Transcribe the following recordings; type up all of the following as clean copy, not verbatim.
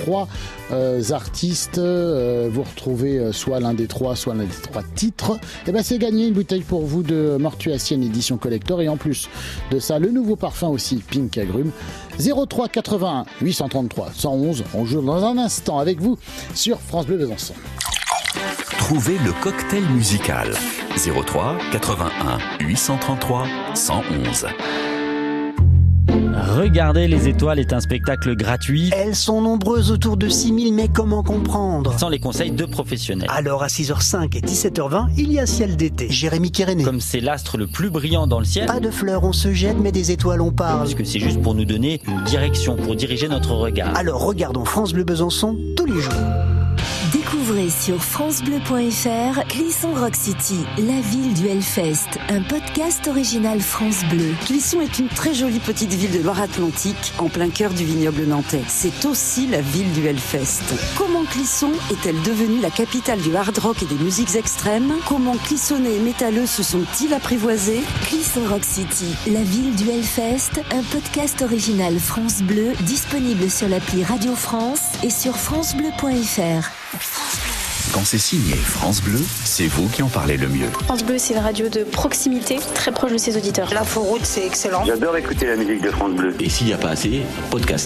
3 artistes. Vous retrouvez soit l'un des trois titres. Et ben c'est gagné une bouteille pour vous de Mortuacienne édition collector. Et en plus de ça, le nouveau parfum aussi, Pink Agrumes. 03 81 833 111. On joue dans un instant avec vous sur France Bleu Besançon. Trouvez le cocktail musical. 03 81 833 111. Regardez les étoiles est un spectacle gratuit. Elles sont nombreuses, autour de 6000, mais comment comprendre ? Sans les conseils de professionnels. Alors à 6h05 et 17h20, il y a Ciel d'été. Jérémy Kéréné. Comme c'est l'astre le plus brillant dans le ciel. Pas de fleurs, on se jette, mais des étoiles, on parle. Parce que c'est juste pour nous donner une direction, pour diriger notre regard. Alors regardons France Bleu Besançon tous les jours. Découvrez sur francebleu.fr Clisson Rock City, la ville du Hellfest, un podcast original France Bleu. Clisson est une très jolie petite ville de Loire-Atlantique, en plein cœur du vignoble nantais. C'est aussi la ville du Hellfest. Comment Clisson est-elle devenue la capitale du hard rock et des musiques extrêmes ? Comment Clissonnais et métalleux se sont-ils apprivoisés ? Clisson Rock City, la ville du Hellfest, un podcast original France Bleu, disponible sur l'appli Radio France et sur francebleu.fr. Quand c'est signé France Bleu, c'est vous qui en parlez le mieux. France Bleu, c'est une radio de proximité, très proche de ses auditeurs. L'inforoute, c'est excellent. J'adore écouter la musique de France Bleu. Et s'il n'y a pas assez, podcast.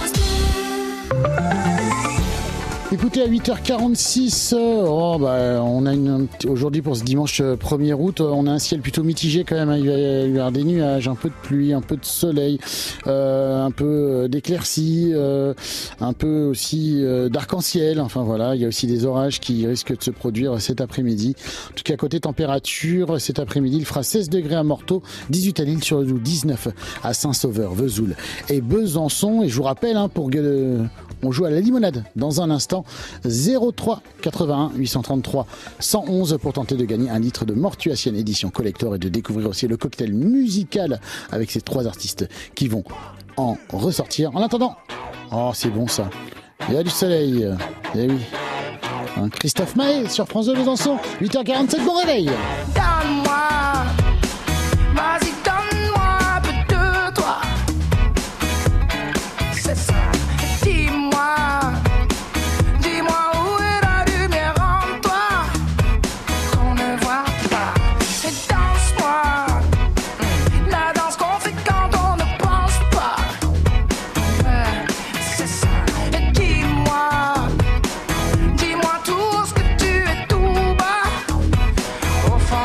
Écoutez, à 8h46, on a aujourd'hui pour ce dimanche 1er août, on a un ciel plutôt mitigé quand même. Il va y avoir des nuages, un peu de pluie, un peu de soleil, un peu d'éclaircies, un peu aussi d'arc-en-ciel. Enfin voilà, il y a aussi des orages qui risquent de se produire cet après-midi. En tout cas, côté température, cet après-midi, il fera 16 degrés à Morteau, 18 à L'Île-sur-Doubs, 19 à Saint-Sauveur, Vesoul et Besançon. Et je vous rappelle, on joue à la limonade dans un instant. 03 81 833 111 pour tenter de gagner un litre de Mortuacienne édition collector et de découvrir aussi le cocktail musical avec ces 3 artistes qui vont en ressortir. En attendant, c'est bon ça. Il y a du soleil. Eh oui. Christophe Maé sur France 2 Besançon. 8h47, bon réveil. Donne-moi, vas-y donne-moi un peu de toi. C'est ça. Dis-moi où est la lumière en toi qu'on ne voit pas. Et danse-moi la danse qu'on fait quand on ne pense pas. C'est ça. Et dis-moi tout ce que tu es tout bas au fond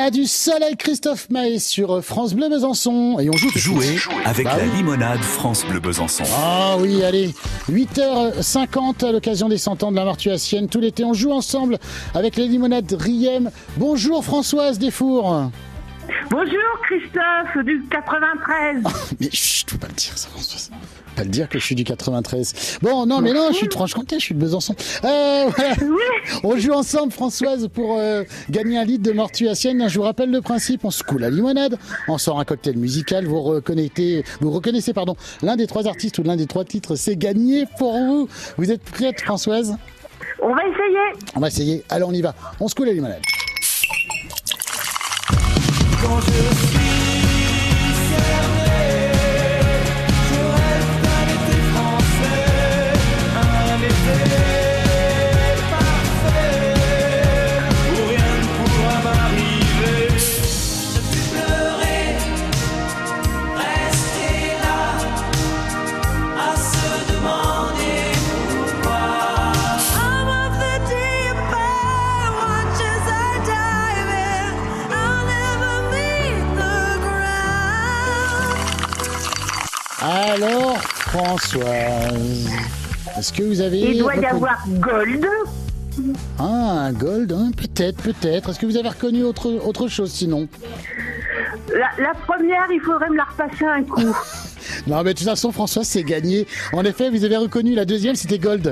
a du soleil, Christophe Maé sur France Bleu Besançon. Et on joue avec la limonade France Bleu Besançon. Ah oui, allez, 8h50 à l'occasion des 100 ans de la Martuassienne. Tout l'été, on joue ensemble avec les limonades Riem. Bonjour Françoise Desfours. Bonjour Christophe du 93. Oh, mais chut, tu peux pas le dire ça, Françoise. Pas le dire que je suis du 93. Bon, non, mais non, je suis de Franche-Comté, je suis de Besançon. Voilà. Oui. On joue ensemble, Françoise, pour gagner un litre de Martuassienne. Je vous rappelle le principe, on secoue la limonade, on sort un cocktail musical, vous reconnaissez l'un des 3 artistes ou l'un des 3 titres, c'est gagné pour vous. Vous êtes prête, Françoise ? On va essayer. On va essayer. Allez, on y va. On secoue la limonade. Quand je suis cerné, je rêve d'un été français, un été parfait, où rien ne pourra m'arriver. Ne plus pleurer, rester là, à se demander pourquoi. I'm of the deep end, watch as I dive in, I'll never meet the ground. Alors, Françoise, est-ce que vous avez... Il doit y avoir Gold. Ah, un Gold, hein, peut-être. Est-ce que vous avez reconnu autre chose sinon ? La première, il faudrait me la repasser un coup. Non, mais de toute façon, Françoise, c'est gagné. En effet, vous avez reconnu la deuxième, c'était Gold.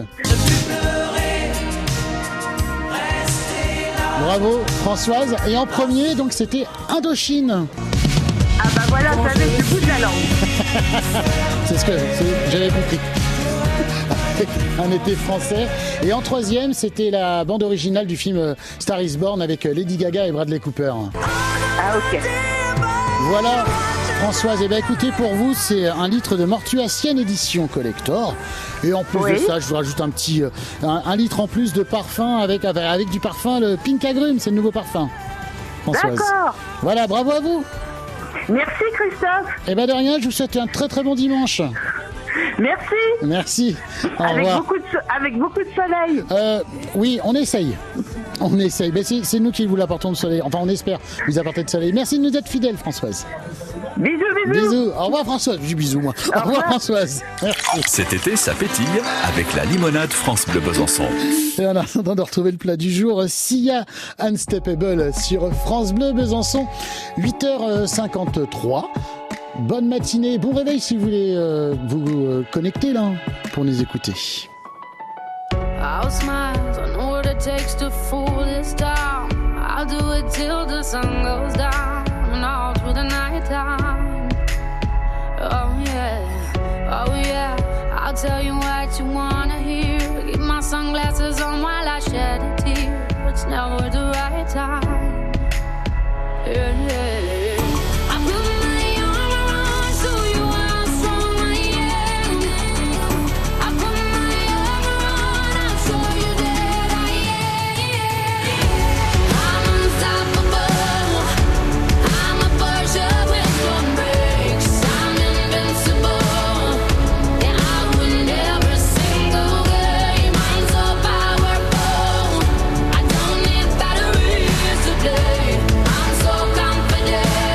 Bravo, Françoise. Et en premier, donc, c'était Indochine. Ah bah voilà, ça avait du bout de la langue. J'avais compris. Un été français. Et en troisième, c'était la bande originale du film Star is Born avec Lady Gaga et Bradley Cooper. Ah ok. Voilà, Françoise. Et bien écoutez, pour vous, c'est un litre de Martuassienne édition collector. Et en plus de ça, je vous rajoute un petit un litre en plus de parfum avec du parfum, le Pink Agrumes, c'est le nouveau parfum. Françoise. D'accord. Voilà, bravo à vous. Merci Christophe. Et bien de rien, je vous souhaite un très très bon dimanche. Merci. Merci. Au revoir. Avec beaucoup de soleil. Oui, on essaye. On essaye. Mais c'est nous qui vous l'apportons de soleil. Enfin, on espère vous apporter de soleil. Merci de nous être fidèles, Françoise. Bisous. Bisous. Au revoir, Françoise. Je dis bisous, moi. Au revoir, Françoise. Merci. Cet été, ça pétille avec la limonade France Bleu Besançon. Et en attendant de retrouver le plat du jour, Sia Unstoppable sur France Bleu Besançon, 8h53. Bonne matinée, bon réveil si vous voulez vous connecter là pour nous écouter. I'll smile, I know what it takes to fool this town. I'll do it till the sun goes down and all through the night time. Oh yeah, I'll tell you what you wanna hear. Keep my sunglasses on while I shed a tear. It's never the right time. Yeah. Today, I'm so confident.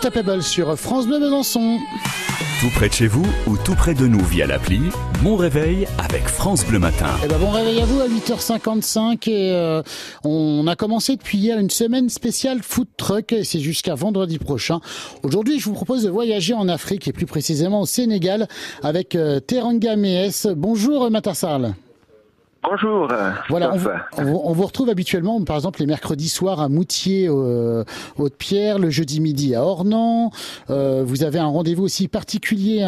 Unstoppable sur France Bleu Besançon. Tout près de chez vous ou tout près de nous via l'appli, bon réveil avec France Bleu Matin. Eh ben bon réveil à vous à 8h55 et on a commencé depuis hier une semaine spéciale food truck et c'est jusqu'à vendredi prochain. Aujourd'hui, je vous propose de voyager en Afrique et plus précisément au Sénégal avec Teranga Mehess. Bonjour Matar Sarl. Bonjour. Voilà, on vous retrouve habituellement, par exemple, les mercredis soirs à Moutier, Haute-Pierre, le jeudi midi à Ornans. Vous avez un rendez-vous aussi particulier,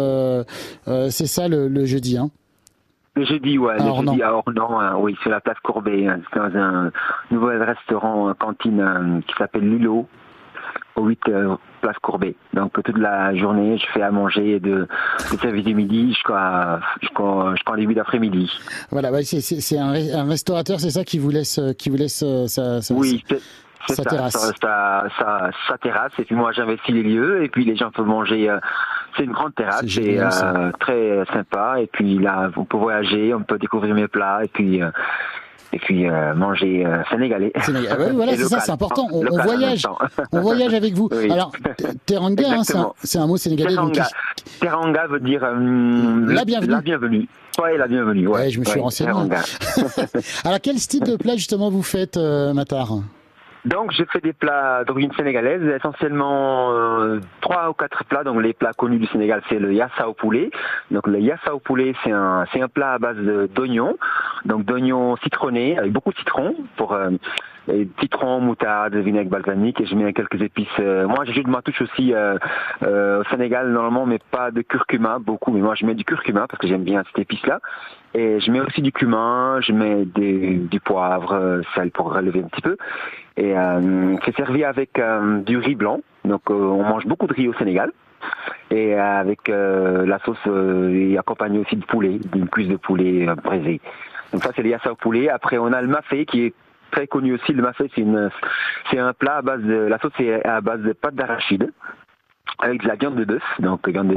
c'est ça le jeudi, hein? Le jeudi, jeudi à Ornans, oui, sur la place Courbet, dans un nouvel restaurant, cantine qui s'appelle Lilo, au 8 place Courbet. Donc toute la journée, je fais à manger de service du midi jusqu'en début d'après-midi. Voilà, c'est un restaurateur, c'est ça qui vous laisse oui, c'est sa ça, terrasse. Sa terrasse, et puis moi j'investis les lieux, et puis les gens peuvent manger. C'est une grande terrasse, c'est très sympa, et puis là on peut voyager, on peut découvrir mes plats, et puis manger sénégalais. Ouais, voilà, c'est ça, c'est important. On voyage avec vous. Oui. Alors, Teranga, c'est un mot sénégalais. Teranga veut dire la bienvenue. Ouais, la bienvenue. Ouais, je me suis renseigné. Alors, quel style de plat justement vous faites, Matar? Donc, je fais des plats d'origine sénégalaise, essentiellement 3 ou 4 plats. Donc, les plats connus du Sénégal, c'est le yassa au poulet. Donc, le yassa au poulet, c'est un plat à base d'oignons. Donc, d'oignons citronnés, avec beaucoup de citron, pour citron, moutarde, vinaigre balsamique, et je mets quelques épices. Moi, j'ajoute ma touche aussi au Sénégal, normalement, mais pas de curcuma, beaucoup. Mais moi, je mets du curcuma, parce que j'aime bien cette épice-là. Et je mets aussi du cumin, je mets du poivre, sel pour relever un petit peu. Et c'est servi avec du riz blanc. Donc on mange beaucoup de riz au Sénégal. Et avec la sauce et accompagné aussi de poulet, d'une cuisse de poulet braisée. Donc ça c'est le yassa au poulet. Après on a le mafé qui est très connu aussi. Le mafé c'est un plat à base de... La sauce est à base de pâte d'arachide, avec de la viande de bœuf, donc viande de